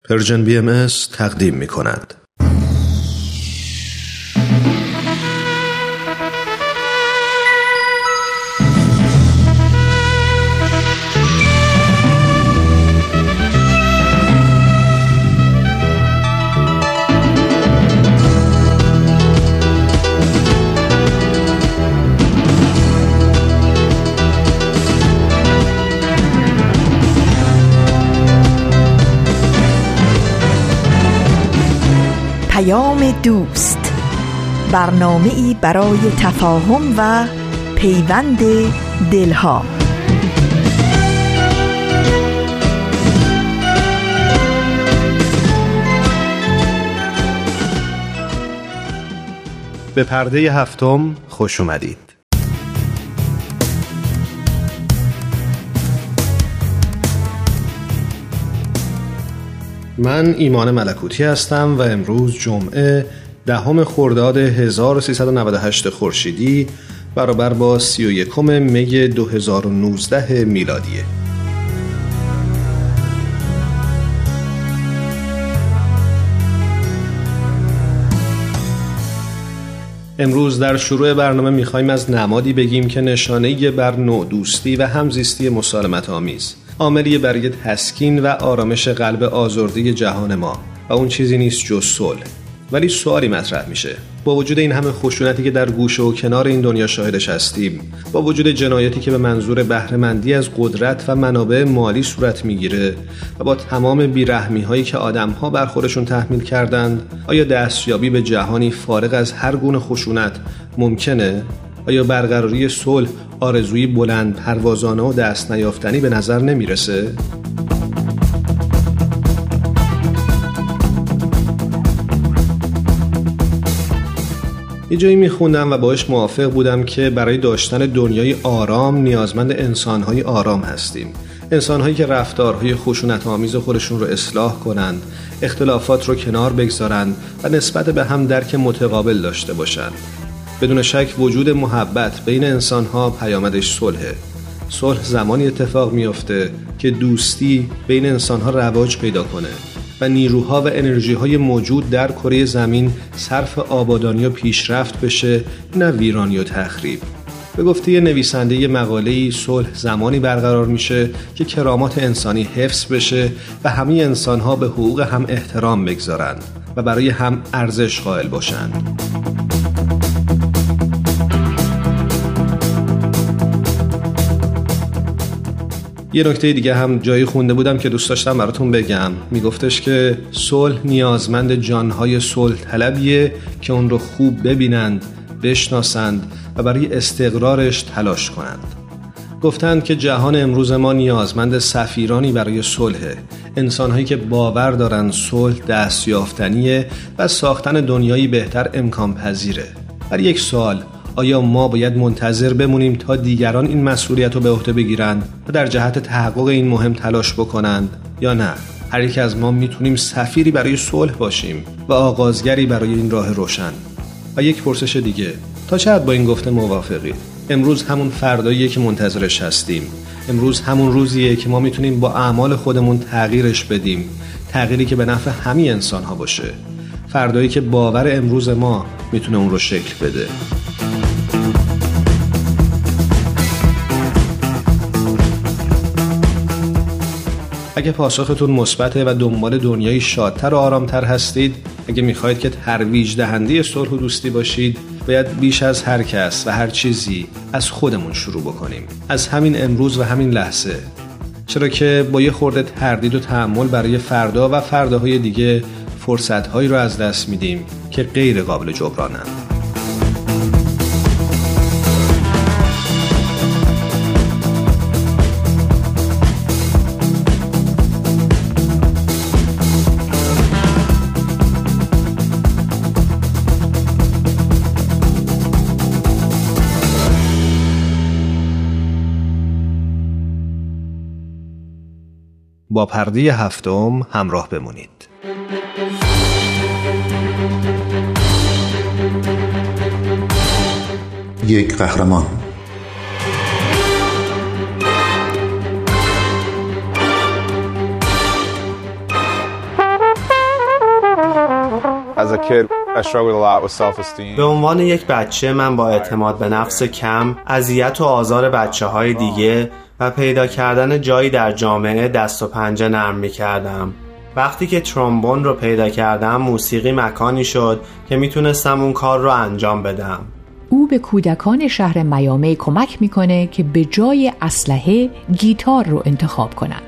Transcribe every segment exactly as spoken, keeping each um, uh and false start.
پرژن بی ام اس تقدیم می کند. دوست، برنامه‌ای برای تفاهم و پیوند دلها. به پرده هفتم خوش اومدید. من ایمان ملکوتی هستم و امروز جمعه دهم خرداد هزار و سیصد و نود و هشت خورشیدی برابر با سی و یکم می دو هزار و نوزده میلادیه. امروز در شروع برنامه میخوایم از نمادی بگیم که نشانه‌ای بر نوع دوستی و همزیستی مسالمت آمیز، عاملی برای تسکین و آرامش قلب آزرده جهان ما و اون چیزی نیست جز صلح. ولی سوالی مطرح میشه: با وجود این همه خشونتی که در گوشه و کنار این دنیا شاهدش هستیم، با وجود جنایاتی که به منظور بهره‌مندی از قدرت و منابع مالی صورت میگیره و با تمام بیرحمی‌هایی که آدم‌ها بر خودشون تحمیل کردند، آیا دستیابی به جهانی فارغ از هر گونه خشونت ممکنه؟ آیا برقراری صلح آرزویی بلند پروازانه و دست نیافتنی به نظر نمیرسه؟ یه جایی میخوندم و باش موافق بودم که برای داشتن دنیای آرام نیازمند انسانهای آرام هستیم. انسانهایی که رفتارهای خشونت آمیز خودشون رو اصلاح کنند، اختلافات رو کنار بگذارند و نسبت به هم درک متقابل داشته باشند. بدون شک وجود محبت بین انسانها پیامدش صلحه. صلح زمانی اتفاق میفته که دوستی بین انسانها رواج پیدا کنه و نیروها و انرژیهای موجود در کره زمین صرف آبادانی و پیشرفت بشه، نه ویرانی و تخریب. به گفته یه نویسنده یه مقاله‌ای، صلح زمانی برقرار میشه که کرامات انسانی حفظ بشه و همه انسانها به حقوق هم احترام بگذارن و برای هم ارزش قائل باشن. یه نکته دیگه هم جایی خونده بودم که دوست داشتم براتون بگم. میگفتش که صلح نیازمند جانهای صلح طلبیه که اون رو خوب ببینند، بشناسند و برای استقرارش تلاش کنند. گفتند که جهان امروز ما نیازمند سفیرانی برای صلحه، انسانهایی که باور دارن صلح دستیافتنیه و ساختن دنیایی بهتر امکان پذیره. ولی یک سوال: آیا ما باید منتظر بمونیم تا دیگران این مسئولیت رو به عهده بگیرند و در جهت تحقق این مهم تلاش بکنند، یا نه هر یک از ما میتونیم سفیری برای صلح باشیم و آغازگری برای این راه روشن؟ و یک پرسش دیگه: تا چه حد با این گفته موافقید؟ امروز همون فرداییه که منتظرش هستیم. امروز همون روزیه که ما میتونیم با اعمال خودمون تغییرش بدیم، تغییری که به نفع همه انسان ها باشه. فردایی که باور امروز ما میتونه اون رو شکل بده. اگه پاسختون مثبته و دنبال دنیای شادتر و آرامتر هستید، اگه میخواید که ترویج دهنده صلح و دوستی باشید، باید بیش از هر کس و هر چیزی از خودمون شروع بکنیم، از همین امروز و همین لحظه. چرا که با یه خورده تردید و تأمل برای فردا و فرداهای دیگه فرصت‌هایی رو از دست میدیم که غیر قابل جبرانند. با پرده هفتم همراه بمونید. یک قهرمان. As a kid, I struggled a lot with self-esteem. به عنوان یک بچه من با اعتماد به نفس کم، اذیت و آزار بچه‌های دیگه و پیدا کردن جایی در جامعه دست و پنجه نرم می‌کردم. وقتی که ترومبون رو پیدا کردم، موسیقی مکانی شد که میتونستم اون کار رو انجام بدم. او به کودکان شهر میامی کمک میکنه که به جای اسلحه گیتار رو انتخاب کنن.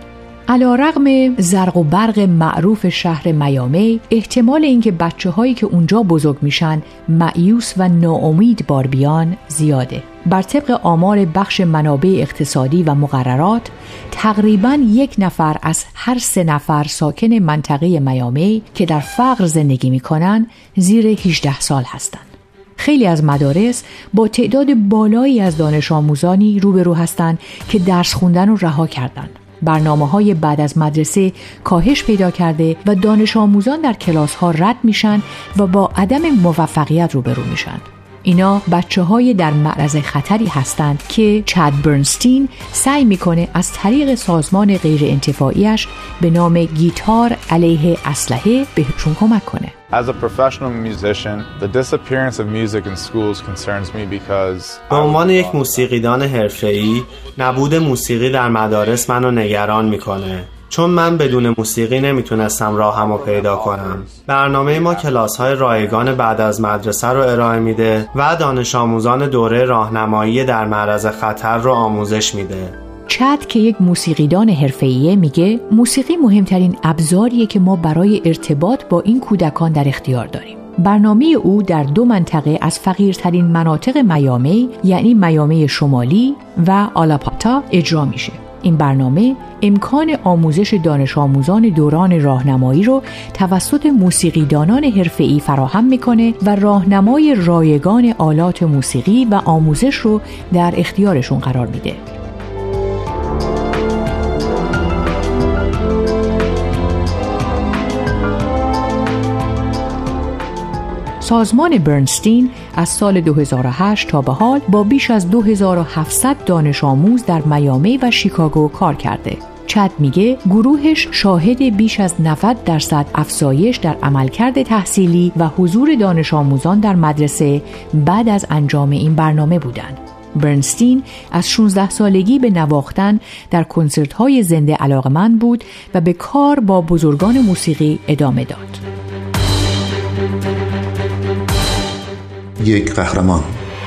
علی‌رغم زرق و برق معروف شهر میامی، احتمال اینکه بچه‌هایی که اونجا بزرگ میشن مایوس و ناامید بار بیان زیاده. بر طبق آمار بخش منابع اقتصادی و مقررات، تقریباً یک نفر از هر سه نفر ساکن منطقه میامی که در فقر زندگی میکنن زیر هجده سال هستند. خیلی از مدارس با تعداد بالایی از دانش آموزانی روبرو هستند که درس خوندن رو رها کردند. برنامه‌های بعد از مدرسه کاهش پیدا کرده و دانش آموزان در کلاس‌ها رد میشن و با عدم موفقیت روبرو میشن. اینا بچه‌های در معرض خطری هستند که چاد برنستین سعی میکنه از طریق سازمان غیر انتفاعیش به نام گیتار علیه اسلحه بهشون کمک کنه. As a professional musician, the disappearance of music in schools concerns me because به عنوان یک موسیقیدان حرفه‌ای، نبود موسیقی در مدارس منو نگران میکنه. چون من بدون موسیقی نمیتونستم راهمو پیدا کنم. برنامه ما کلاس‌های رایگان بعد از مدرسه رو ارائه میده و دانش آموزان دوره راهنمایی در معرض خطر رو آموزش میده. چاد که یک موسیقیدان حرفه‌ایه میگه موسیقی مهمترین ابزاریه که ما برای ارتباط با این کودکان در اختیار داریم. برنامه او در دو منطقه از فقیرترین مناطق میامی یعنی میامی شمالی و آلاپاتا اجرا میشه. این برنامه امکان آموزش دانش آموزان دوران راهنمایی رو توسط موسیقیدانان حرفه‌ای فراهم میکنه و راهنمای رایگان آلات موسیقی و آموزش رو در اختیارشون قرار میده. سازمان برنستین از سال دو هزار و هشت تا به حال با بیش از دو هزار و هفتصد دانش آموز در میامی و شیکاگو کار کرده. چاد میگه گروهش شاهد بیش از نود درصد افزایش در عملکرد تحصیلی و حضور دانش آموزان در مدرسه بعد از انجام این برنامه بودند. برنستین از شانزده سالگی به نواختن در کنسرت‌های زنده علاقمند بود و به کار با بزرگان موسیقی ادامه داد. یک قهرمان.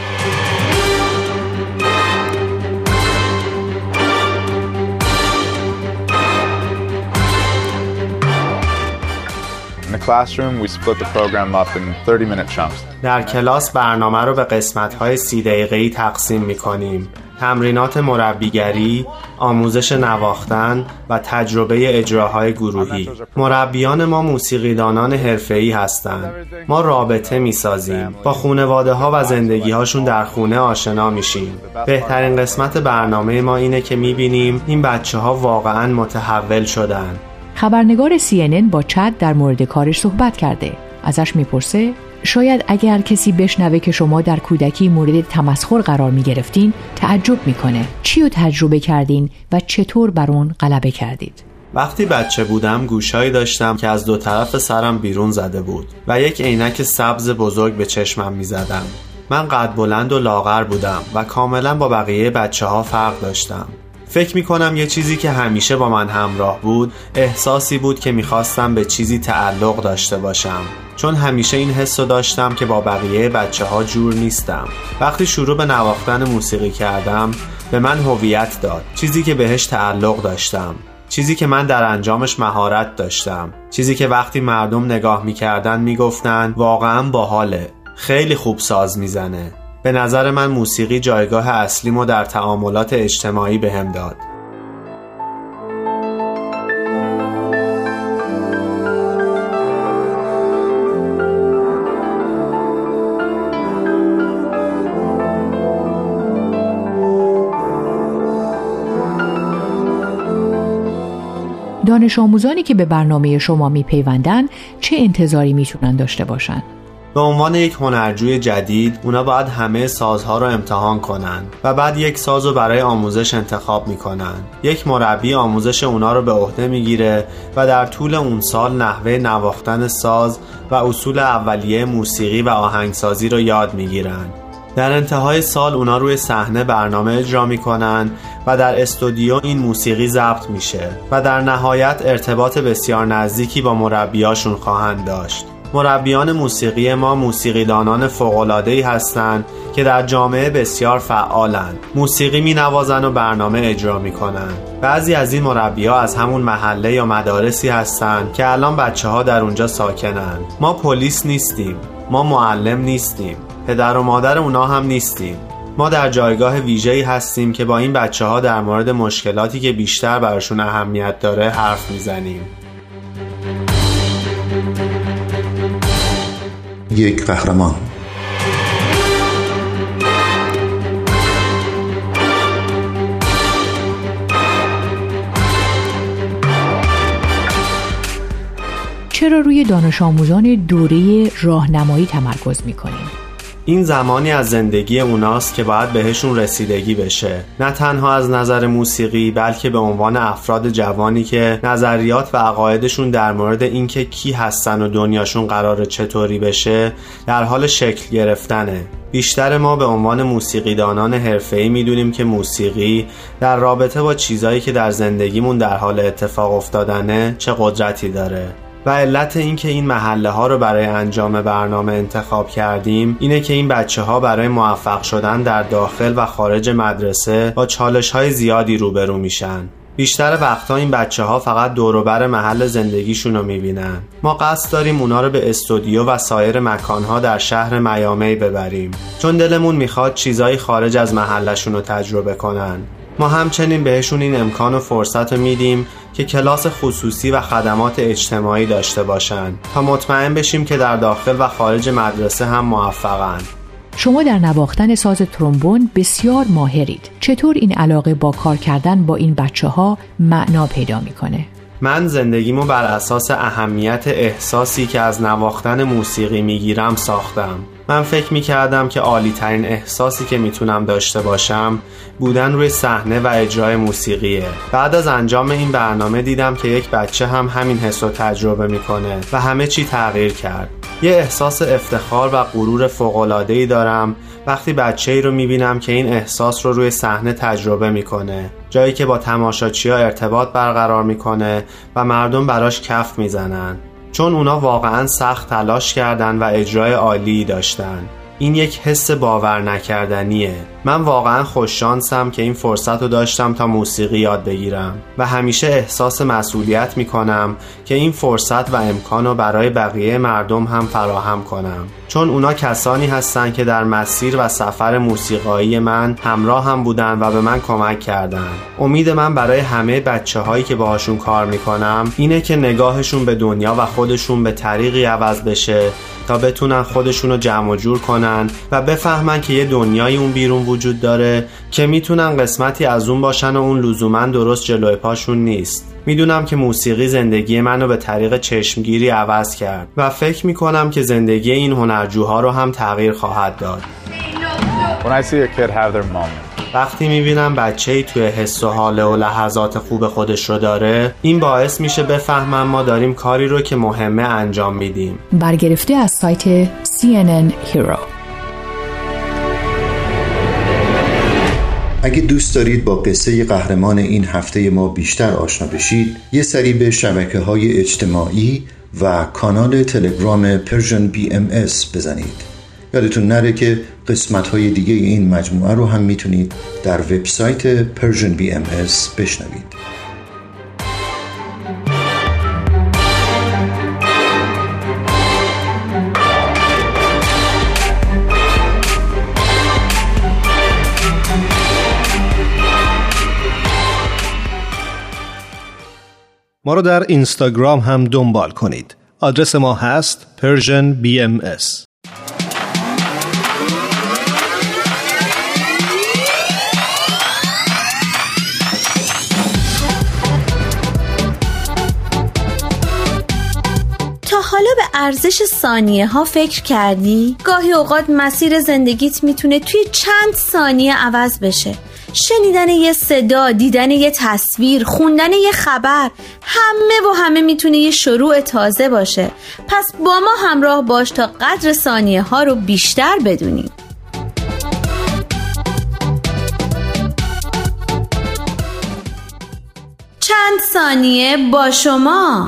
in the classroom we split the program up in thirty minute chunks. در کلاس برنامه رو به قسمت‌های سی دقیقه‌ای تقسیم می‌کنیم. تمرینات مربیگری، آموزش نواختن و تجربه اجراهای گروهی. مربیان ما موسیقیدانان حرفه‌ای هستند. ما رابطه می‌سازیم. با خانواده‌ها و زندگی‌هاشون در خونه آشنا میشیم. بهترین قسمت برنامه ما اینه که می‌بینیم این بچه‌ها واقعاً متحول شدن. خبرنگار سی ان ان با چاد در مورد کارش صحبت کرده. ازش میپرسه شاید اگر کسی بشنوه که شما در کودکی مورد تمسخر قرار می گرفتین تعجب میکنه. چی رو تجربه کردین و چطور بر اون غلبه کردید؟ وقتی بچه بودم گوشایی داشتم که از دو طرف سرم بیرون زده بود و یک عینک سبز بزرگ به چشمم می زدم. من قد بلند و لاغر بودم و کاملا با بقیه بچه ها فرق داشتم. فکر می کنم یه چیزی که همیشه با من همراه بود احساسی بود که میخواستم به چیزی تعلق داشته باشم، چون همیشه این حسو داشتم که با بقیه بچه ها جور نیستم. وقتی شروع به نواختن موسیقی کردم به من هویت داد، چیزی که بهش تعلق داشتم، چیزی که من در انجامش مهارت داشتم، چیزی که وقتی مردم نگاه میکردن میگفتن واقعا باحاله، خیلی خوب ساز میزنه. به نظر من موسیقی جایگاه اصلیمو در تعاملات اجتماعی بهم داد. دانش آموزانی که به برنامه شما میپیوندن چه انتظاری میتونن داشته باشن؟ به عنوان یک هنرجوی جدید اونا باید همه سازها رو امتحان کنن و بعد یک ساز رو برای آموزش انتخاب میکنن. یک مربی آموزش اونا رو به عهده میگیره و در طول اون سال نحوه نواختن ساز و اصول اولیه موسیقی و آهنگسازی رو یاد میگیرن. در انتهای سال اونا روی صحنه برنامه اجرا میکنن و در استودیو این موسیقی ضبط میشه و در نهایت ارتباط بسیار نزدیکی با مربیاشون خواهند داشت. مربیان موسیقی ما موسیقیدانان فوق‌العاده‌ای هستند که در جامعه بسیار فعالند. موسیقی می‌نوازن و برنامه اجرا می‌کنن. بعضی از این مربی‌ها از همون محله یا مدارسی هستند که الان بچه‌ها در اونجا ساکنن. ما پلیس نیستیم. ما معلم نیستیم. پدر و مادر اونا هم نیستیم. ما در جایگاه ویژه‌ای هستیم که با این بچه‌ها در مورد مشکلاتی که بیشتر براشون اهمیت داره حرف میزنیم. یک قهرمان. چرا روی دانش آموزان دوره راهنمایی تمرکز می‌کنیم؟ این زمانی از زندگی اوناست که باید بهشون رسیدگی بشه، نه تنها از نظر موسیقی بلکه به عنوان افراد جوانی که نظریات و عقایدشون در مورد اینکه کی هستن و دنیاشون قراره چطوری بشه در حال شکل گرفتنه. بیشتر ما به عنوان موسیقیدانان حرفه‌ای میدونیم که موسیقی در رابطه با چیزایی که در زندگیمون در حال اتفاق افتادنه چه قدرتی داره. و علت این که این محله ها رو برای انجام برنامه انتخاب کردیم اینه که این بچه ها برای موفق شدن در داخل و خارج مدرسه با چالش های زیادی روبرو میشن. بیشتر وقتا این بچه ها فقط دور و بر محل زندگیشون رو میبینن. ما قصد داریم اونا رو به استودیو و سایر مکانها در شهر میامی ببریم چون دلمون میخواد چیزایی خارج از محلشون رو تجربه کنن. ما همچنین بهشون این امکان و فرصت رو میدیم که کلاس خصوصی و خدمات اجتماعی داشته باشن تا مطمئن بشیم که در داخل و خارج مدرسه هم موفقن. شما در نواختن ساز ترومبون بسیار ماهرید. چطور این علاقه با کار کردن با این بچه ها معنا پیدا میکنه؟ من زندگیمو بر اساس اهمیت احساسی که از نواختن موسیقی میگیرم ساختم. من فکر میکردم که عالی ترین احساسی که میتونم داشته باشم بودن روی صحنه و اجرای موسیقیه. بعد از انجام این برنامه دیدم که یک بچه هم همین حس رو تجربه میکنه و همه چی تغییر کرد. یه احساس افتخار و غرور فوق‌العاده‌ای دارم وقتی بچه‌ای رو میبینم که این احساس رو روی صحنه تجربه میکنه، جایی که با تماشاچی‌ها ارتباط برقرار میکنه و مردم براش کف میزنن چون اونا واقعاً سخت تلاش کردن و اجرای عالی داشتن. این یک حس باور نکردنیه. من واقعاً خوششانسم که این فرصت رو داشتم تا موسیقی یاد بگیرم و همیشه احساس مسئولیت میکنم که این فرصت و امکان رو برای بقیه مردم هم فراهم کنم چون اونا کسانی هستن که در مسیر و سفر موسیقایی من همراه هم بودن و به من کمک کردن. امید من برای همه بچه هایی که باهاشون کار میکنم اینه که نگاهشون به دنیا و خودشون به طریقی عوض بشه تا بتونن خودشونو جمع و جور کنن و بفهمن که یه دنیای اون بیرون وجود داره که میتونن قسمتی از اون باشن و اون لزوماً درست جلوی پاشون نیست. میدونم که موسیقی زندگی منو به طریق چشمگیری عوض کرد و فکر میکنم که زندگی این هنرجوها رو هم تغییر خواهد داد. When I see a kid have their moment. وقتی میبینم بچه‌ای توی حس و حاله و لحظات خوب خودش رو داره این باعث میشه بفهمم ما داریم کاری رو که مهمه انجام میدیم. برگرفته از سایت سی ان ان Hero. اگه دوست دارید با قصه قهرمان این هفته ما بیشتر آشنا بشید یه سری به شبکه‌های اجتماعی و کانال تلگرام پرژن بی ام اس بزنید. یادتون نره که قسمت‌های دیگه این مجموعه رو هم میتونید در وبسایت پرژن بی ام اس بشنوید. ما رو در اینستاگرام هم دنبال کنید. آدرس ما هست پرژن بی ام اس. تا حالا به ارزش ثانیه ها فکر کردی؟ گاهی اوقات مسیر زندگیت میتونه توی چند ثانیه عوض بشه. شنیدن یه صدا، دیدن یه تصویر، خوندن یه خبر، همه و همه میتونه یه شروع تازه باشه. پس با ما همراه باش تا قدر ثانیه ها رو بیشتر بدونیم. چند ثانیه با شما.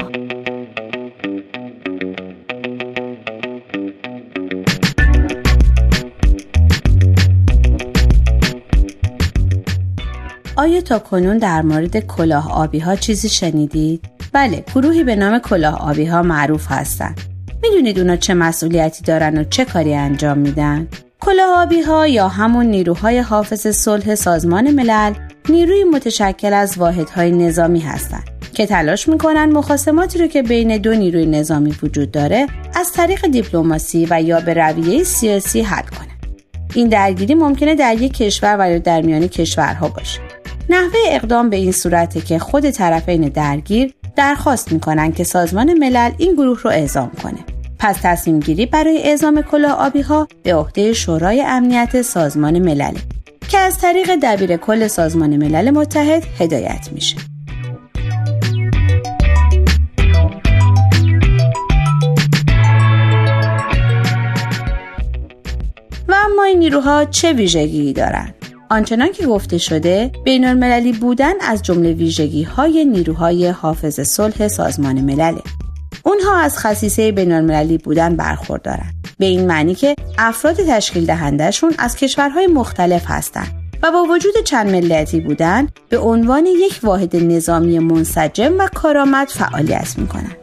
آیا تا کنون در مورد کلاه آبی ها چیزی شنیدید؟ بله، گروهی به نام کلاه آبی ها معروف هستند. میدونید اونا چه مسئولیتی دارن و چه کاری انجام میدن؟ کلاه آبی ها یا همون نیروهای حافظ صلح سازمان ملل نیروی متشکل از واحدهای نظامی هستند که تلاش میکنن مخاصماتی رو که بین دو نیروی نظامی وجود داره از طریق دیپلماسی و یا به رویه سیاسی حل کنن. این درگیری ممکنه در یک کشور و یا در میان کشورها باشه. نحوه اقدام به این صورته که خود طرفین درگیر درخواست میکنن که سازمان ملل این گروه رو اعزام کنه. پس تصمیم گیری برای اعزام کلاه آبی ها به عهده شورای امنیت سازمان ملل که از طریق دبیر کل سازمان ملل متحد هدایت میشه. و اما این نیروها چه ویژگی دارند؟ آنچنان که گفته شده، بین المللی بودن از جمله ویژگی‌های نیروهای حافظ صلح سازمان ملل. اونها از خصیصه بین المللی بودن برخوردارند. به این معنی که افراد تشکیل دهندشون از کشورهای مختلف هستند و با وجود چند ملیتی بودن به عنوان یک واحد نظامی منسجم و کارآمد فعالیت می‌کنند.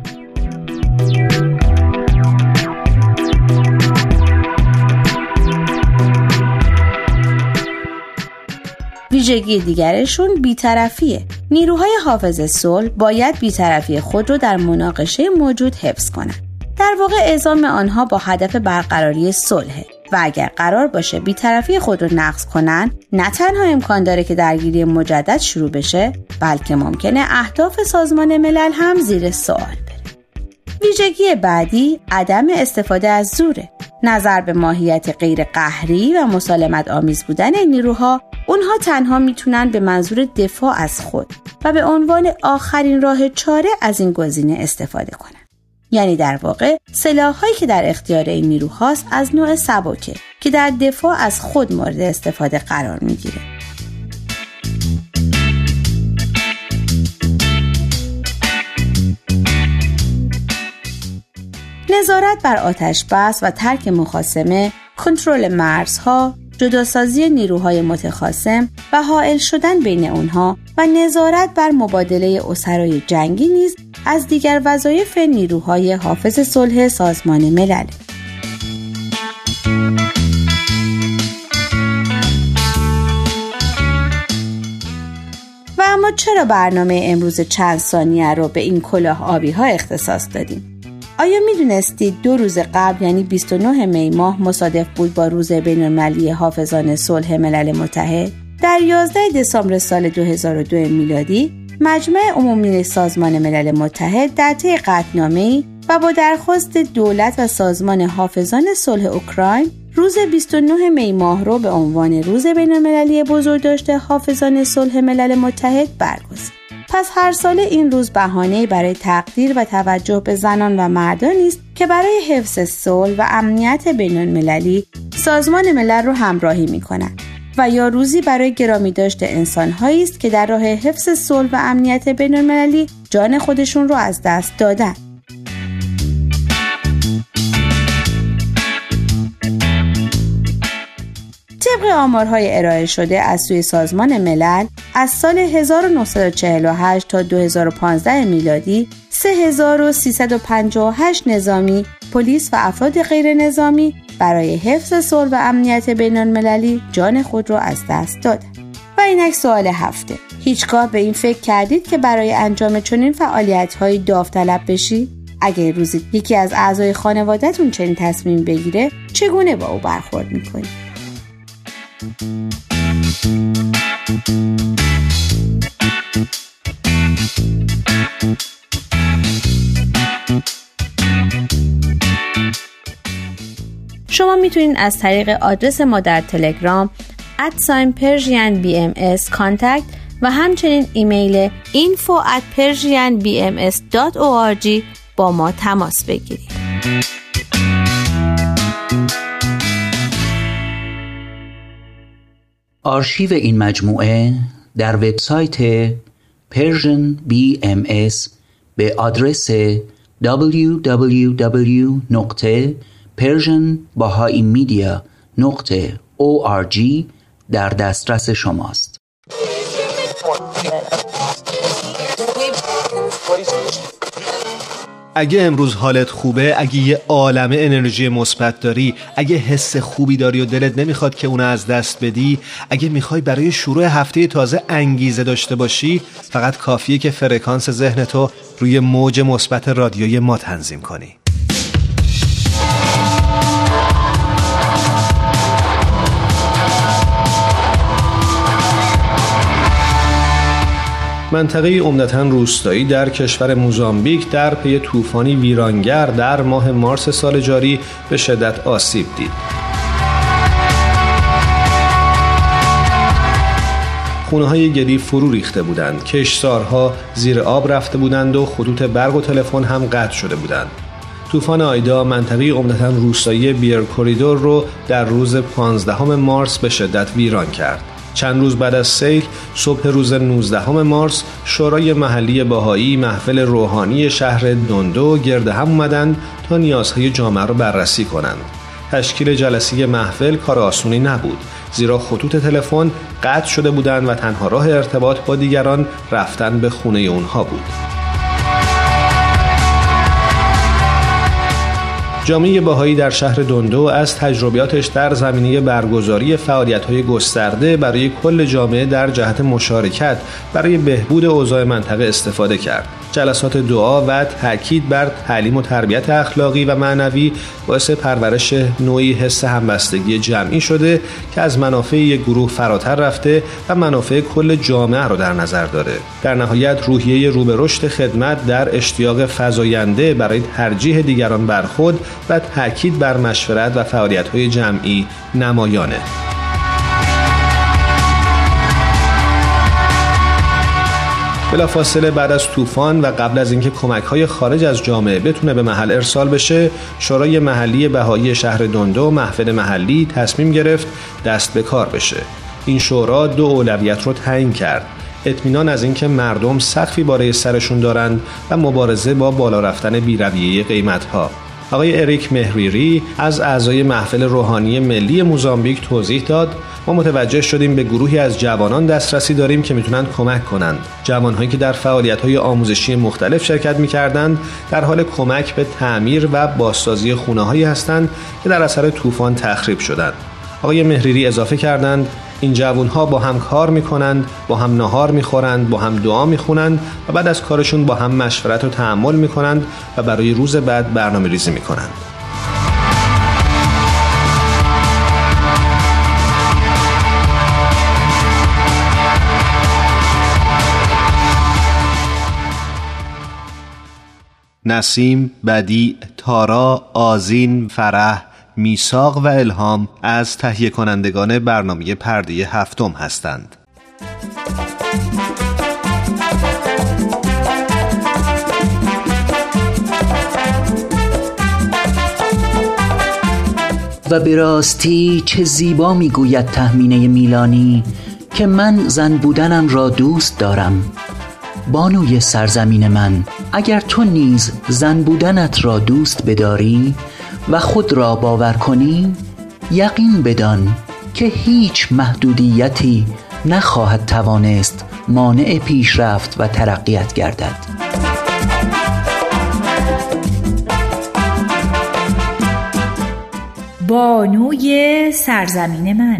ویژگی دیگرشون بی‌طرفیه. نیروهای حافظ صلح باید بی‌طرفی خود رو در مناقشه موجود حفظ کنند. در واقع اعزام آنها با هدف برقراری صلح و اگر قرار باشه بی‌طرفی خود رو نقض کنن، نه تنها امکان داره که درگیری مجدد شروع بشه، بلکه ممکنه اهداف سازمان ملل هم زیر سوال بره. ویژگی بعدی عدم استفاده از زوره. نظر به ماهیت غیر قهری و مسالمت آمیز بودن این نیروها، اونها تنها میتونن به منظور دفاع از خود و به عنوان آخرین راه چاره از این گزینه استفاده کنن. یعنی در واقع سلاح‌هایی که در اختیار این نیروهاست از نوع سبکه که در دفاع از خود مورد استفاده قرار میگیره. نظارت بر آتش بس و ترک مخاصمه، کنترل مرزها، جداسازی نیروهای متخاصم و حائل شدن بین اونها و نظارت بر مبادله اسرای جنگی نیز از دیگر وظایف نیروهای حافظ صلح سازمان ملل. و اما چرا برنامه امروز چند ثانیه رو به این کلاه آبی ها اختصاص دادیم؟ آیا میدونستید دو روز قبل یعنی بیست و نه می ماه مصادف بود با روز بین‌المللی حافظان صلح ملل متحد؟ در یازده دسامبر سال دو هزار و دو میلادی مجمع عمومی سازمان ملل متحد در طی قطعنامه‌ای و با درخواست دولت و سازمان حافظان صلح اوکراین روز بیست و نه می ماه رو به عنوان روز بین‌المللی بزرگداشت حافظان صلح ملل متحد برگزید. پس هر ساله این روز بهانه‌ای برای تقدیر و توجه به زنان و مردانی است که برای حفظ صلح و امنیت بین‌المللی سازمان ملل رو همراهی می‌کنند و یا روزی برای گرامی داشت انسان‌هایی است که در راه حفظ صلح و امنیت بین‌المللی جان خودشون رو از دست دادن. طبق آمارهای ارائه شده از سوی سازمان ملل از سال هزار و نهصد و چهل و هشت تا دو هزار و پانزده میلادی سه هزار و سیصد و پنجاه و هشت نظامی، پلیس و افراد غیر نظامی برای حفظ صلح و امنیت بین المللی جان خود را از دست دادند. و اینک سوال هفته، هیچگاه به این فکر کردید که برای انجام چنین فعالیت‌های داوطلب بشید؟ اگر روزی یکی از اعضای خانواده‌تون چنین تصمیم بگیره، چگونه با او برخورد می‌کنید؟ شما میتونید از طریق آدرس ما در تلگرام ات پرژین بی ام اس کانتکت و همچنین ایمیل اینفو ات پرژین بی ام اس دات او آر جی با ما تماس بگیرید. آرشیو این مجموعه در وبسایت پرژن بی ام اس به آدرس دبلیو دبلیو دبلیو دات پرژن بهایی مدیا دات او آر جی در دسترس شماست. اگه امروز حالت خوبه، اگه یه عالمه انرژی مثبت داری، اگه حس خوبی داری و دلت نمیخواد که اونو از دست بدی، اگه میخوای برای شروع هفته تازه انگیزه داشته باشی، فقط کافیه که فرکانس ذهنتو روی موج مثبت رادیوی ما تنظیم کنی. منطقه عمدتاً روستایی در کشور موزامبیک در پی طوفانی ویرانگر در ماه مارس سال جاری به شدت آسیب دید. خونه‌های گلی فرو ریخته بودند، کشتزارها زیر آب رفته بودند و خطوط برق و تلفن هم قطع شده بودند. طوفان آیدا منطقه عمدتاً روستایی بیر کوریدور رو در روز پانزدهم مارس به شدت ویران کرد. چند روز بعد از سیل، صبح روز نوزدهم مارس، شورای محلی بهایی محفل روحانی شهر دوندو گرد هم اومدند تا نیازهای جامعه رو بررسی کنند. تشکیل جلسه محفل کار آسونی نبود، زیرا خطوط تلفن قطع شده بودند و تنها راه ارتباط با دیگران رفتن به خونه اونها بود. جامعه بهایی در شهر دوندو از تجربیاتش در زمینه برگزاری فعالیت‌های گسترده برای کل جامعه در جهت مشارکت برای بهبود اوضاع منطقه استفاده کرد. جلسات دعا و تاکید بر تعلیم و تربیت اخلاقی و معنوی باعث پرورش نوعی حس همبستگی جمعی شده که از منافع یک گروه فراتر رفته و منافع کل جامعه رو در نظر داره. در نهایت روحیه رو به رشد خدمت در اشتیاق فزاینده برای ترجیح دیگران بر خود و تاکید بر مشورت و فعالیت‌های جمعی نمایانه. بلافاصله بعد از طوفان و قبل از اینکه کمک‌های خارج از جامعه بتونه به محل ارسال بشه، شورای محلی بهایی شهر دوندو محفل محلی تصمیم گرفت دست به کار بشه. این شورا دو اولویت رو تعیین کرد: اطمینان از اینکه مردم سقفی بالای سرشون دارند و مبارزه با بالا رفتن بی‌رویه قیمت‌ها. آقای اریک مهریری از اعضای محفل روحانی ملی موزامبیک توضیح داد: ما متوجه شدیم به گروهی از جوانان دسترسی داریم که میتونن کمک کنند. جوانهایی که در فعالیت‌های آموزشی مختلف شرکت می‌کردند در حال کمک به تعمیر و بازسازی خونه‌هایی هستند که در اثر طوفان تخریب شدند. آقای مهریری اضافه کردند: این جوانها با هم کار میکنند، با هم نهار میخورند، با هم دعا میخونند و بعد از کارشون با هم مشورت و تأمل میکنند و برای روز بعد برنامه ریزی میکنند. نسیم، بدیع، تارا، آذین، فرح، میثاق و الهام از تهیه کنندگان برنامه پرده هفتم هستند. و به راستی چه زیبا میگوید تهمینه میلانی که من زن بودنم را دوست دارم. بانوی سرزمین من، اگر تو نیز زن بودنت را دوست بداری و خود را باور کنی، یقین بدان که هیچ محدودیتی نخواهد توانست مانع پیشرفت و ترقیت گردد. بانوی سرزمین من.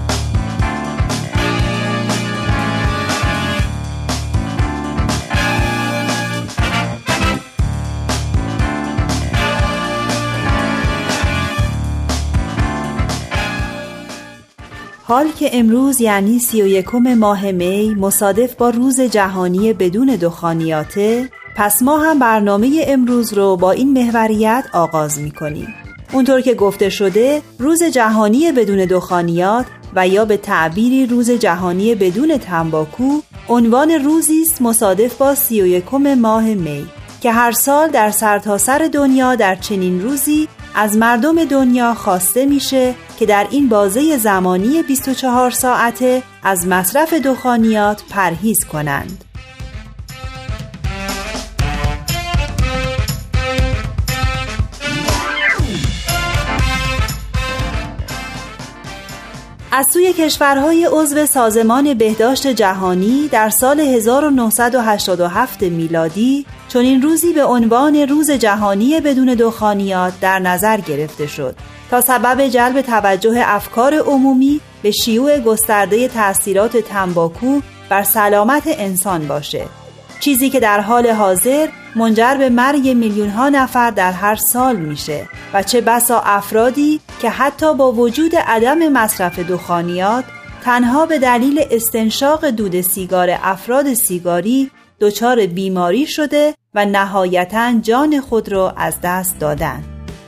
حال که امروز یعنی سی و یکم ماه می مصادف با روز جهانی بدون دخانیاته، پس ما هم برنامه امروز رو با این محوریت آغاز می کنیم. اونطور که گفته شده روز جهانی بدون دخانیات و یا به تعبیری روز جهانی بدون تنباکو عنوان روزی است مصادف با سی و یکم ماه می که هر سال در سرتاسر دنیا در چنین روزی از مردم دنیا خواسته میشه که در این بازه زمانی بیست و چهار ساعته از مصرف دخانیات پرهیز کنند. از سوی کشورهای عضو سازمان بهداشت جهانی در سال هزار و نهصد و هشتاد و هفت میلادی چنین روزی به عنوان روز جهانی بدون دخانیات در نظر گرفته شد تا سبب جلب توجه افکار عمومی به شیوع گسترده تأثیرات تنباکو بر سلامت انسان باشه، چیزی که در حال حاضر منجر به مرگ میلیون ها نفر در هر سال میشه و چه بسا افرادی که حتی با وجود عدم مصرف دخانیات تنها به دلیل استنشاق دود سیگار افراد سیگاری دچار بیماری شده و نهایتاً جان خود را از دست دادن.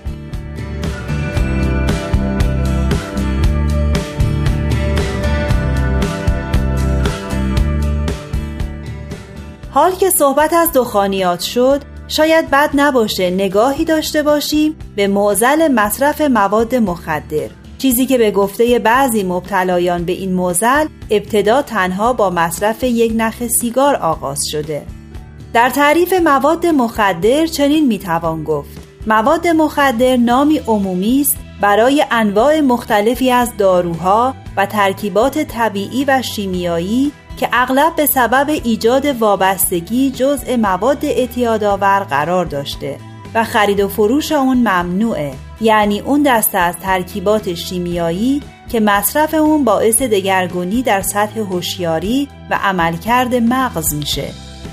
حال که صحبت از دخانیات شد، شاید بد نباشه نگاهی داشته باشیم به معضل مصرف مواد مخدر، چیزی که به گفته بعضی مبتلایان به این معضل ابتدا تنها با مصرف یک نخ سیگار آغاز شده. در تعریف مواد مخدر چنین میتوان گفت: مواد مخدر نامی عمومی است برای انواع مختلفی از داروها و ترکیبات طبیعی و شیمیایی که اغلب به سبب ایجاد وابستگی جزء مواد اعتیادآور قرار داشته و خرید و فروش اون ممنوعه، یعنی اون دسته از ترکیبات شیمیایی که مصرف اون باعث دگرگونی در سطح هوشیاری و عملکرد مغز میشه.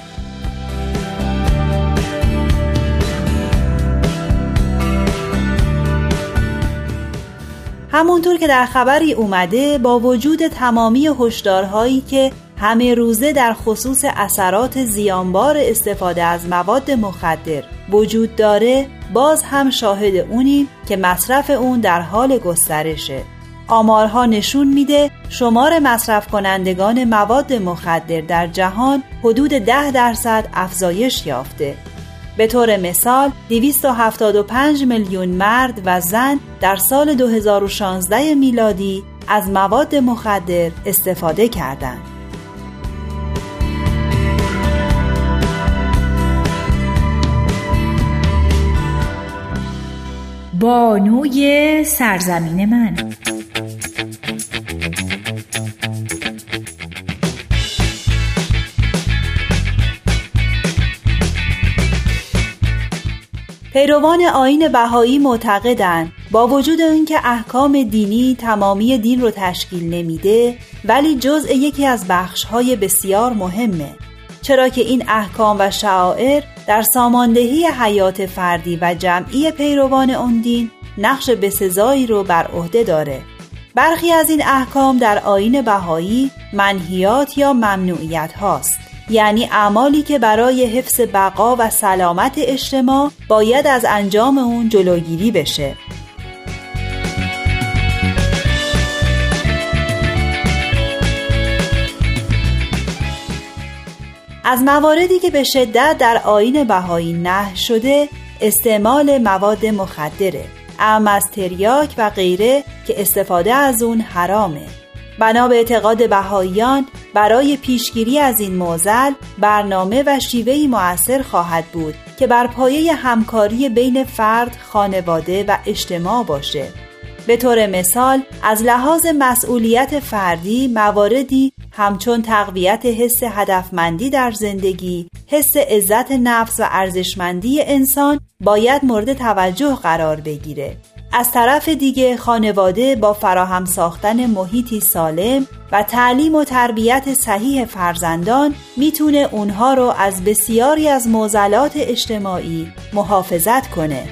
همونطور که در خبری اومده، با وجود تمامی هشدارهایی که همه روزه در خصوص اثرات زیانبار استفاده از مواد مخدر وجود داره، باز هم شاهد اونیم که مصرف اون در حال گسترشه. آمارها نشون میده شمار مصرف کنندگان مواد مخدر در جهان حدود ده درصد افزایش یافته. به طور مثال دویست و هفتاد و پنج میلیون مرد و زن در سال دو هزار و شانزده میلادی از مواد مخدر استفاده کردند. بانوی سرزمین من. پیروان آیین بهایی معتقدند با وجود اینکه احکام دینی تمامی دین رو تشکیل نمیده، ولی جزء یکی از بخش‌های بسیار مهمه، چرا که این احکام و شعائر در ساماندهی حیات فردی و جمعی پیروان اون دین نقش بسزایی رو بر عهده داره. برخی از این احکام در آیین بهایی منهیات یا ممنوعیت هاست، یعنی اعمالی که برای حفظ بقا و سلامت اجتماع باید از انجام اون جلوگیری بشه. از مواردی که به شدت در آیین بهایی نهی شده استعمال مواد مخدره، اعم از تریاک و غیره که استفاده از اون حرامه. بنا به اعتقاد بهاییان برای پیشگیری از این معضل برنامه و شیوهی مؤثر خواهد بود که بر پایه همکاری بین فرد، خانواده و اجتماع باشه. به طور مثال از لحاظ مسئولیت فردی مواردی همچون تقویت حس هدفمندی در زندگی، حس عزت نفس و ارزشمندی انسان باید مورد توجه قرار بگیره. از طرف دیگه خانواده با فراهم ساختن محیطی سالم و تعلیم و تربیت صحیح فرزندان میتونه اونها رو از بسیاری از معضلات اجتماعی محافظت کنه.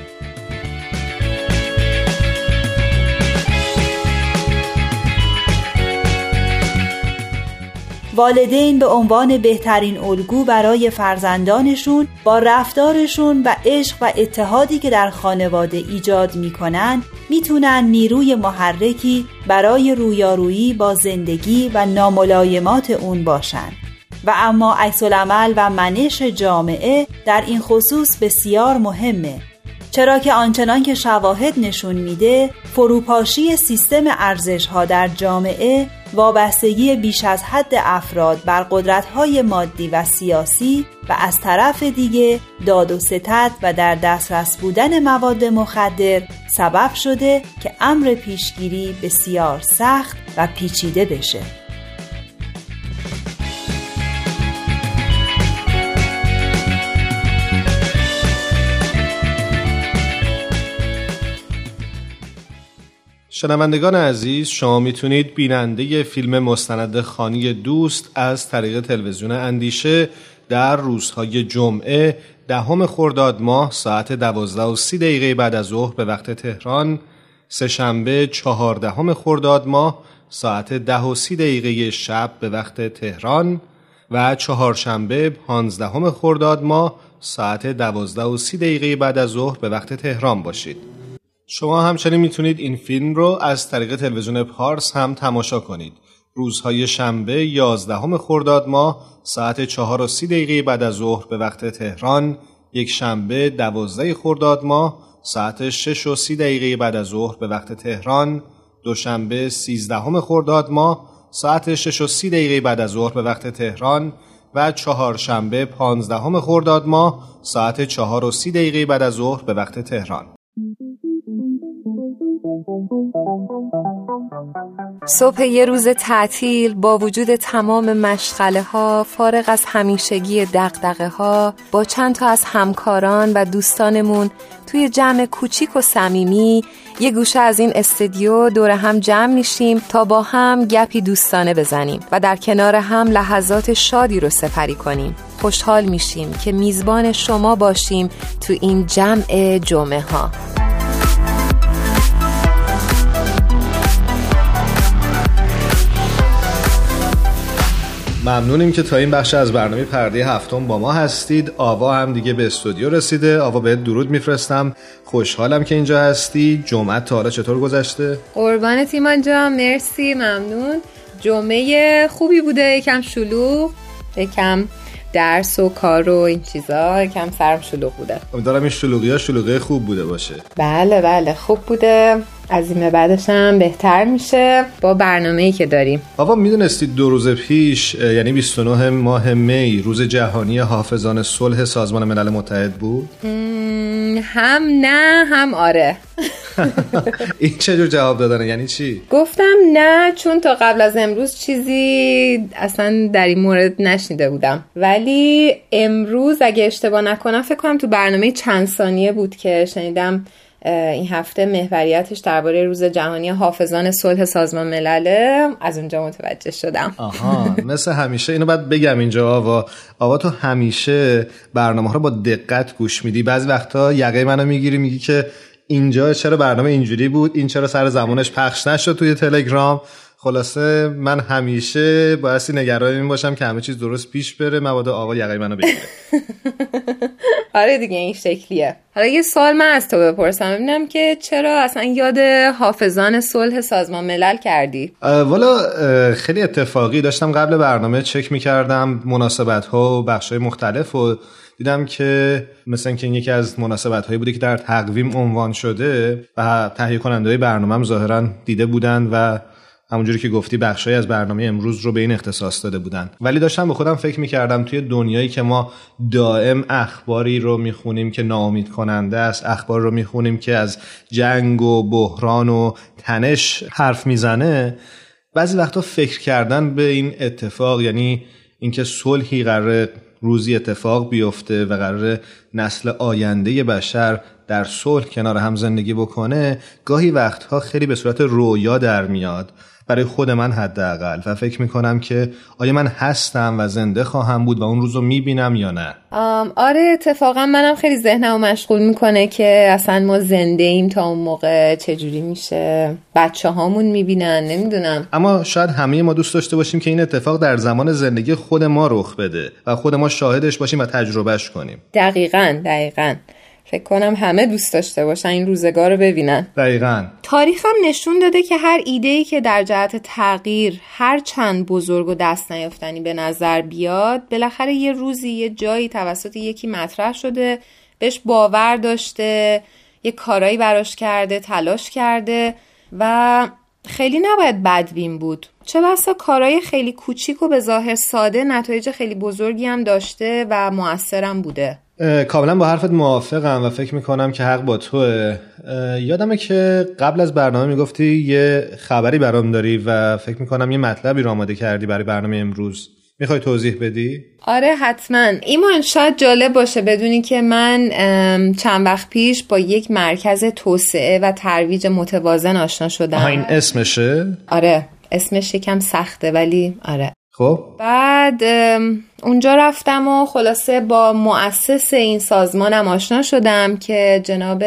والدین به عنوان بهترین الگو برای فرزندانشون با رفتارشون و عشق و اتحادی که در خانواده ایجاد میکنن میتونن نیروی محرکی برای رویارویی با زندگی و ناملایمات اون باشن. و اما عکس‌العمل و منش جامعه در این خصوص بسیار مهمه، چرا که آنچنان که شواهد نشون میده فروپاشی سیستم ارزش‌ها در جامعه وابستگی بیش از حد افراد بر قدرت‌های مادی و سیاسی و از طرف دیگه داد و ستد و در دسترس بودن مواد مخدر سبب شده که امر پیشگیری بسیار سخت و پیچیده بشه. شنوندگان عزیز، شما میتونید بیننده فیلم مستند خانی دوست از طریق تلویزیون اندیشه در روزهای جمعه دهم خرداد ماه ساعت دوازده و سی دقیقه بعد از ظهر به وقت تهران، سه شنبه چهاردهم خرداد ماه ساعت ده و سی دقیقه شب به وقت تهران و چهارشنبه پانزدهم خرداد ماه ساعت دوازده و سی دقیقه بعد از ظهر به وقت تهران باشید. شما همچنین میتونید این فیلم رو از طریق تلویزیون پارس هم تماشا کنید. روزهای شنبه یازدهم خرداد ماه ساعت چهار و سی دقیقه بعد از ظهر به وقت تهران، یک شنبه دوازده خرداد ماه ساعت شش و سی دقیقه بعد از ظهر به وقت تهران، دوشنبه سیزدهم خرداد ماه ساعت شش و سی دقیقه بعد از ظهر به وقت تهران و چهارشنبه پانزدهم خرداد ماه ساعت چهار و سی دقیقه بعد از ظهر به وقت تهران. صبح یه روز تعطیل با وجود تمام مشغله ها، فارغ از همیشگی دغدغه ها، با چند تا از همکاران و دوستانمون توی جمع کوچیک و صمیمی یه گوشه از این استودیو دور هم جمع میشیم تا با هم گپی دوستانه بزنیم و در کنار هم لحظات شادی رو سپری کنیم. خوشحال میشیم که میزبان شما باشیم تو این جمع جمعه ها. ممنونیم که تا این بخش از برنامه پرده هفتم با ما هستید. آوا هم دیگه به استودیو رسیده. آوا بهت درود میفرستم. خوشحالم که اینجا هستی. جمعه تا حالا چطور گذشته؟ قربانت ایمان جان، مرسی، ممنون. جمعه خوبی بوده، یکم شلوغ، یکم درس و کار و این چیزا، یکم سرم شلوغ بوده. امیدوارم این شلوغی ها شلوغی خوب بوده باشه. بله بله خوب بوده. از این بعدش هم بهتر میشه با برنامه‌ای که داریم. آقا میدونستید دو روز پیش یعنی بیست و نه ماه می روز جهانی حافظان صلح سازمان ملل متحد بود؟ هم نه هم آره. این چه جور جواب دادنه؟ یعنی چی؟ گفتم نه چون تا قبل از امروز چیزی اصلا در این مورد نشنیده بودم، ولی امروز اگه اشتباه نکنم فکر کنم تو برنامه چند ثانیه بود که شنیدم این هفته محوریتش درباره روز جهانی حافظان صلح سازمان ملل. از اونجا متوجه شدم. آها، مثل همیشه اینو باید بگم اینجا. آوا آوا تو همیشه برنامه ها رو با دقت گوش میدی. بعضی وقتا یقه منو میگیری میگی که اینجا چرا برنامه اینجوری بود، این چرا سر زمانش پخش نشد توی تلگرام. خلاصه من همیشه بایستی نگران این باشم که همه چیز درست پیش بره، مبادا آقا یقه منو بگیره. آره دیگه این شکلیه. حالا یه سوال من از تو بپرسم، ببینم که چرا اصلا یاد حافظان صلح سازمان ملل کردی؟ والا خیلی اتفاقی داشتم قبل برنامه چک میکردم مناسبت ها و بخش های مختلف و دیدم که مثلا که این یکی از مناسبت هایی بوده که در تقویم عنوان شده و تهیه کننده های برنامه هم ظاهرا دیده بودن و همونجوری که گفتی بخشای از برنامه امروز رو به این اختصاص داده بودن. ولی داشتم به خودم فکر میکردم توی دنیایی که ما دائم اخباری رو میخونیم که ناامید کننده است، اخبار رو میخونیم که از جنگ و بحران و تنش حرف میزنه، بعضی وقتا فکر کردن به این اتفاق، یعنی اینکه صلحی قراره روزی اتفاق بیفته و قراره نسل آینده بشر در صلح کنار هم زندگی بکنه گاهی وقتها خیلی به صورت رویا در میاد برای خود من حداقل، و فکر میکنم که آیا من هستم و زنده خواهم بود و اون روزو میبینم یا نه. آره اتفاقا منم خیلی ذهنمو مشغول میکنه که اصلا ما زنده ایم تا اون موقع چجوری میشه، بچه هامون میبینن، نمیدونم. اما شاید همه ما دوست داشته باشیم که این اتفاق در زمان زندگی خود ما رخ بده و خود ما شاهدش باشیم و تجربهش کنیم. دقیقاً دقیقاً فکر کنم همه دوست داشته باشن این روزگار رو ببینن. دقیقاً. تاریخ هم نشون داده که هر ایده‌ای که در جهت تغییر هر چند بزرگ و دست نیافتنی به نظر بیاد، بالاخره یه روزی یه جایی توسط یکی مطرح شده، بهش باور داشته، یه کارایی براش کرده، تلاش کرده و خیلی نباید بدبین بود. چه بسا کارهای خیلی کوچیک و به ظاهر ساده نتایج خیلی بزرگی هم داشته و مؤثرم بوده. کاملا با حرفت موافقم و فکر میکنم که حق با توه. یادمه که قبل از برنامه میگفتی یه خبری برام داری و فکر میکنم یه مطلبی رو آماده کردی برای برنامه امروز. میخوای توضیح بدی؟ آره حتما. ایمان شاید جالب باشه بدونی که من چند وقت پیش با یک مرکز توسعه و ترویج متوازن آشنا شدم. آها این اسمشه؟ آره اسمش یکم سخته ولی آره. خب بعد اونجا رفتم و خلاصه با مؤسس این سازمانم آشنا شدم که جناب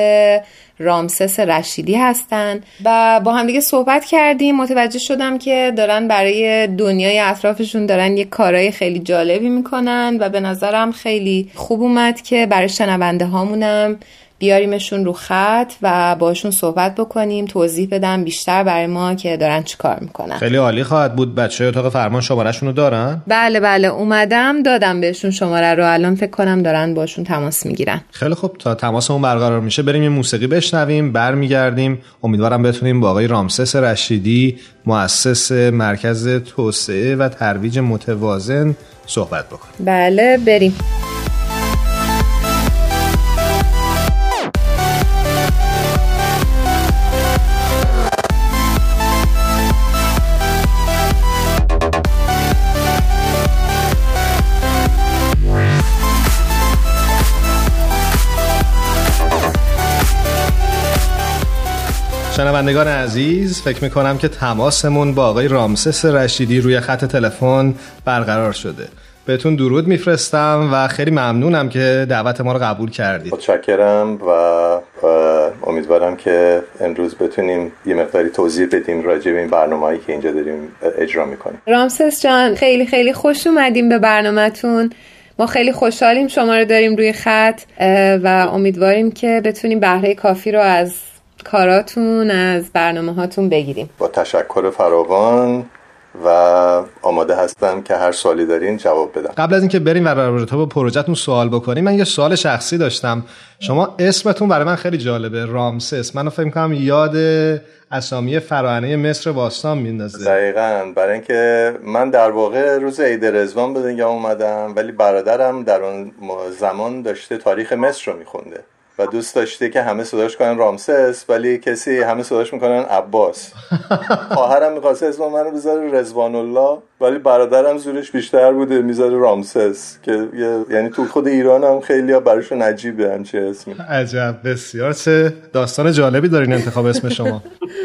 رامسس رشیدی هستن و با هم دیگه صحبت کردیم. متوجه شدم که دارن برای دنیای اطرافشون دارن یه کارهای خیلی جالبی میکنن و به نظرم خیلی خوب اومد که برای شنونده هامونم بیاریمشون رو خط و باشون صحبت بکنیم، توضیح بدم بیشتر برای ما که دارن چی کار میکنن. خیلی عالی خواهد بود. بچه اتاق فرمان شماره‌شون رو دارن؟ بله بله اومدم دادم بهشون شماره رو، الان فکر کنم دارن باشون تماس میگیرن. خیلی خوب، تا تماسمون برقرار میشه بریم یه موسیقی بشنویم، برمیگردیم. امیدوارم بتونیم با آقای رامسس رشیدی مؤسس مرکز توسعه و ترویج متوازن صحبت بکنیم. بله بریم. شنوندگان عزیز، فکر میکنم که تماسمون با آقای رامسس رشیدی روی خط تلفن برقرار شده. بهتون درود میفرستم و خیلی ممنونم که دعوت ما رو قبول کردید. متشکرم و امیدوارم که امروز بتونیم یه مقداری توضیح بدیم راجع به این برنامه‌ای که اینجا داریم اجرا میکنیم. رامسس جان خیلی خیلی خوش اومدیم به برنامه‌تون. ما خیلی خوشحالیم شما رو داریم روی خط و امیدواریم که بتونیم بهره کافی رو از کاراتون، از برنامه هاتون بگیریم. با تشکر فراوان و آماده هستم که هر سوالی دارین جواب بدم. قبل از اینکه بریم و رابطه با پروژه‌تون سوال بکنیم، من یه سوال شخصی داشتم. شما اسمتون برای من خیلی جالبه، رامسس. منو فکر می‌کنم یاد اسامی فراعنه مصر باستان میندازه. دقیقاً، برای اینکه من در واقع روز عید رضوان به دنیا اومدم ولی برادرم در اون زمان داشته تاریخ مصر رو می‌خونده و دوست داشته که همه صداش کنن رامسس ولی کسی همه صداش میکنن عباس. خواهرم میخواسته اسم من رو بذاره رضوان الله ولی برادرم زورش بیشتر بوده میذاره رامسس، که یعنی تو خود ایران هم خیلی ها براشون عجیبه همچه اسمی. عجب، بسیار چه داستان جالبی دارین انتخاب اسم شما.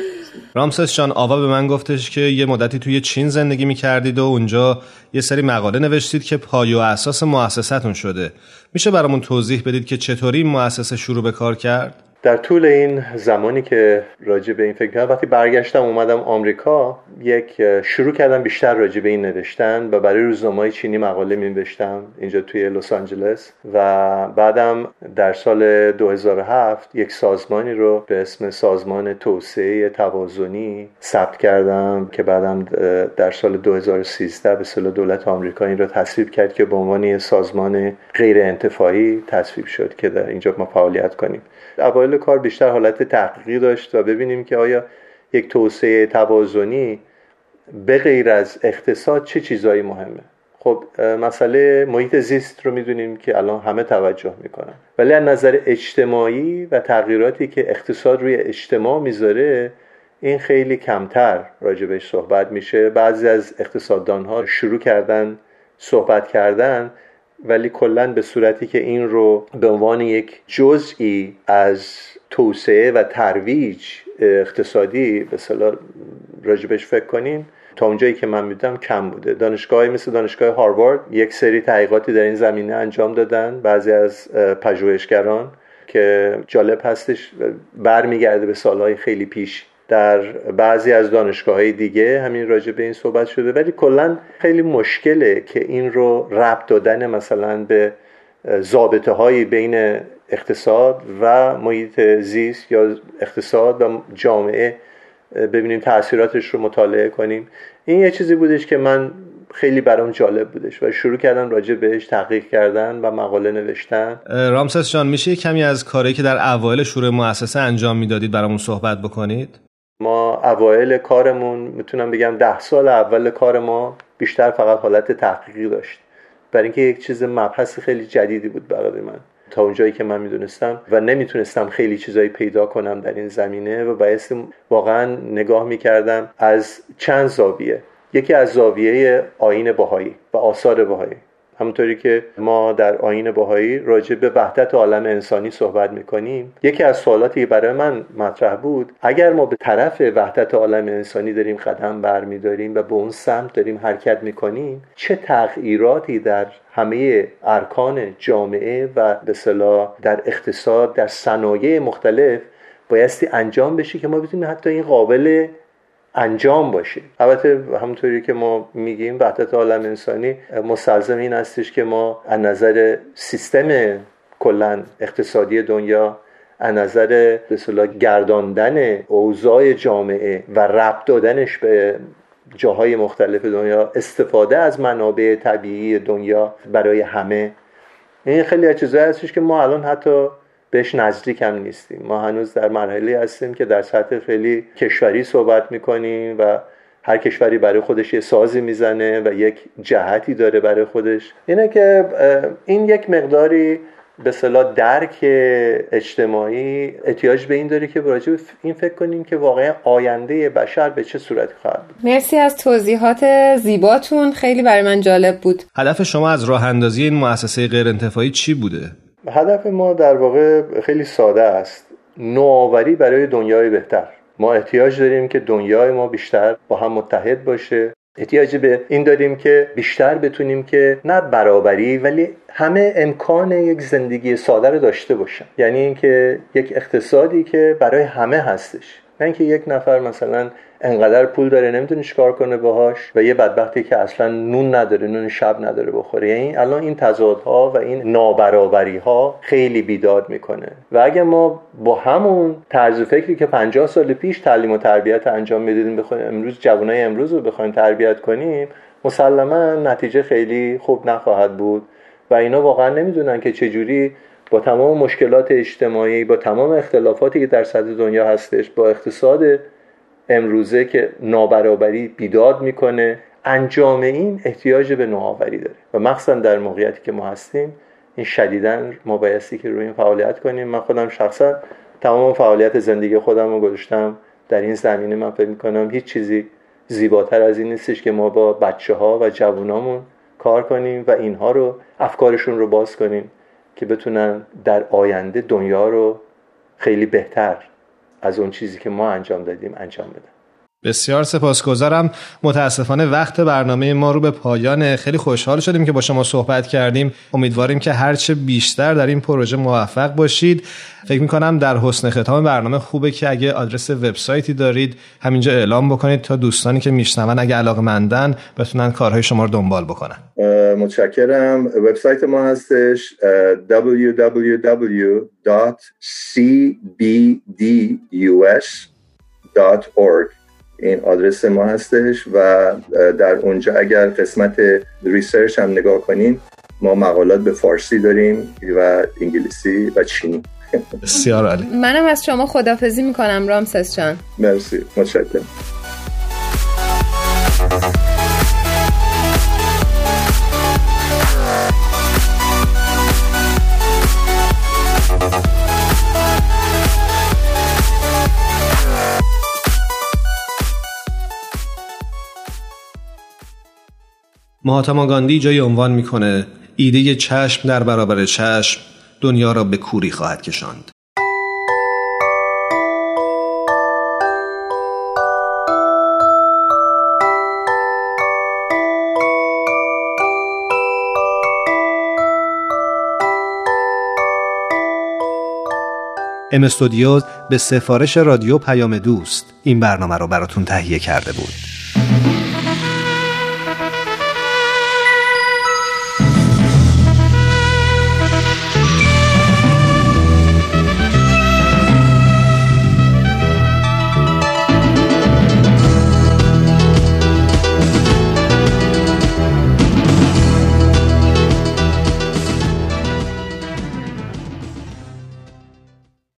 رامسس جان، آوا به من گفتش که یه مدتی توی چین زندگی میکردید و اونجا یه سری مقاله نوشتید که پایه و اساس مؤسستون شده. میشه برامون توضیح بدید که چطوری این مؤسسه شروع به کار کرد؟ در طول این زمانی که راجع به این فکر کردم، وقتی برگشتم اومدم آمریکا، یک شروع کردم بیشتر راجع به این نوشتن و برای روزنامه‌های چینی مقاله می‌نوشتم اینجا توی لس آنجلس و بعدم در سال دو هزار و هفت یک سازمانی رو به اسم سازمان توسعه توازنی ثبت کردم که بعدم در سال دو هزار و سیزده به اصطلاح دولت آمریکا این رو تصویب کرد که به عنوان یک سازمان غیر انتفاعی تصویب شد که در اینجا ما فعالیت کنیم. اوایل کار بیشتر حالت تحقیقی داشت و ببینیم که آیا یک توسعه توازنی به غیر از اقتصاد چه چیزایی مهمه. خب مسئله محیط زیست رو میدونیم که الان همه توجه میکنن، ولی از نظر اجتماعی و تغییراتی که اقتصاد روی اجتماع میذاره این خیلی کمتر راجبش صحبت میشه. بعضی از اقتصاددانها شروع کردن صحبت کردن ولی کلاً به صورتی که این رو به عنوان یک جزئی از توسعه و ترویج اقتصادی به اصطلاح راجبش فکر کنیم، تا اونجایی که من میدونم کم بوده. دانشگاهی مثل دانشگاه هاروارد یک سری تحقیقاتی در این زمینه انجام دادن، بعضی از پژوهشگران، که جالب هستش، برمیگرده به سالهای خیلی پیش. در بعضی از دانشگاه‌های دیگه همین راجع به این صحبت شده، ولی کلاً خیلی مشکله که این رو ربط دادن مثلا به ضابطه‌های بین اقتصاد و محیط زیست یا اقتصاد و جامعه ببینیم تأثیراتش رو مطالعه کنیم. این یه چیزی بودش که من خیلی برام جالب بودش و شروع کردم راجع بهش تحقیق کردن و مقاله نوشتن. رامسس جان، میشه کمی از کاری که در اوایل شروع مؤسسه انجام میدادید برامون صحبت بکنید؟ ما اوایل کارمون، میتونم بگم ده سال اول کار ما بیشتر فقط حالت تحقیقی داشت، برای اینکه یک چیز مبحث خیلی جدیدی بود برای من تا اونجایی که من میدونستم و نمیتونستم خیلی چیزایی پیدا کنم در این زمینه و باعث واقعا نگاه میکردم از چند زاویه. یکی از زاویه آیین بهایی و آثار بهایی، همونطوری که ما در آیین بهایی راجع به وحدت عالم انسانی صحبت میکنیم. یکی از سوالاتی برای من مطرح بود، اگر ما به طرف وحدت عالم انسانی داریم قدم برمیداریم و به اون سمت داریم حرکت میکنیم، چه تغییراتی در همه ارکان جامعه و به اصطلاح در اقتصاد، در صنایع مختلف بایستی انجام بشه که ما بتونیم حتی این قابل انجام باشه. البته همونطوری که ما میگیم وحدت عالم انسانی مستلزم این هستش که ما از نظر سیستم کلن اقتصادی دنیا، از نظر به اصطلاح گرداندن اوضاع جامعه و ربط دادنش به جاهای مختلف دنیا، استفاده از منابع طبیعی دنیا برای همه، این خیلی از چیزایی هستش که ما الان حتی بهش نزدیک هم نیستیم. ما هنوز در مرحله هستیم که در سطح خیلی کشوری صحبت میکنیم و هر کشوری برای خودش یه سازی میزنه و یک جهتی داره برای خودش. اینه که این یک مقداری به اصطلاح درک اجتماعی احتیاج به این داره که راجع به این فکر کنیم که واقعا آینده بشر به چه صورتی خواهد بود. مرسی از توضیحات زیباتون، خیلی برای من جالب بود. هدف شما از راه اندازی این مؤسسه غیر انتفاعی چی بوده؟ هدف ما در واقع خیلی ساده است، نوآوری برای دنیای بهتر. ما احتیاج داریم که دنیای ما بیشتر با هم متحد باشه. احتیاج به این داریم که بیشتر بتونیم که نه برابری ولی همه امکان یک زندگی ساده رو داشته باشن. یعنی اینکه یک اقتصادی که برای همه هستش، نه اینکه یک نفر مثلا انقدر پول داره نمیتونه چیکار کنه باهاش و یه بدبختی که اصلا نون نداره، نون شب نداره بخوره. یعنی الان این تضادها و این نابرابری‌ها خیلی بیداد میکنه و اگه ما با همون طرز فکری که پنجاه سال پیش تعلیم و تربیت انجام میدادیم بخوایم امروز جوانای امروز رو بخوایم تربیت کنیم، مسلما نتیجه خیلی خوب نخواهد بود و اینا واقعا نمیدونن که چجوری با تمام مشکلات اجتماعی، با تمام اختلافاتی که در سطح دنیا هستش، با اقتصاد امروزه که نابرابری بیداد میکنه، انجام این احتیاج به نوآوری داره و مخصوصا در موقعیتی که ما هستیم این شدیداً ما بایستی که روی این فعالیت کنیم. من خودم شخصا تمام فعالیت زندگی خودم رو گذاشتم در این زمینه. من فکر میکنم هیچ چیزی زیباتر از این نیستش که ما با بچه ها و جوانامون کار کنیم و اینها رو افکارشون رو باز کنیم که بتونن در آینده دنیا رو خیلی بهتر از اون چیزی که ما انجام دادیم انجام بدن. بسیار سپاسگزارم. متاسفانه وقت برنامه ما رو به پایان. خیلی خوشحال شدیم که با شما صحبت کردیم. امیدواریم که هرچه بیشتر در این پروژه موفق باشید. فکر می‌کنم در حسن ختام برنامه خوبه که اگه آدرس وبسایتی دارید همینجا اعلام بکنید تا دوستانی که میشنون اگه علاقه‌مندن بتونن کارهای شما رو دنبال بکنن. متشکرم. وبسایت ما هستش دبلیو دبلیو دبلیو دات سی بی دی یو اس دات اورگ. این آدرس ما هستش و در اونجا اگر قسمت ریسرچ هم نگاه کنین ما مقالات به فارسی داریم و انگلیسی و چینی. بسیار عالی. منم از شما خداحافظی میکنم رامسس جان. مرسی، متشکرم. مهاتما گاندی جای عنوان میکنه ایده چشم در برابر چشم دنیا را به کوری خواهد کشاند. ام استودیوز به سفارش رادیو پیام دوست این برنامه رو براتون تهیه کرده بود.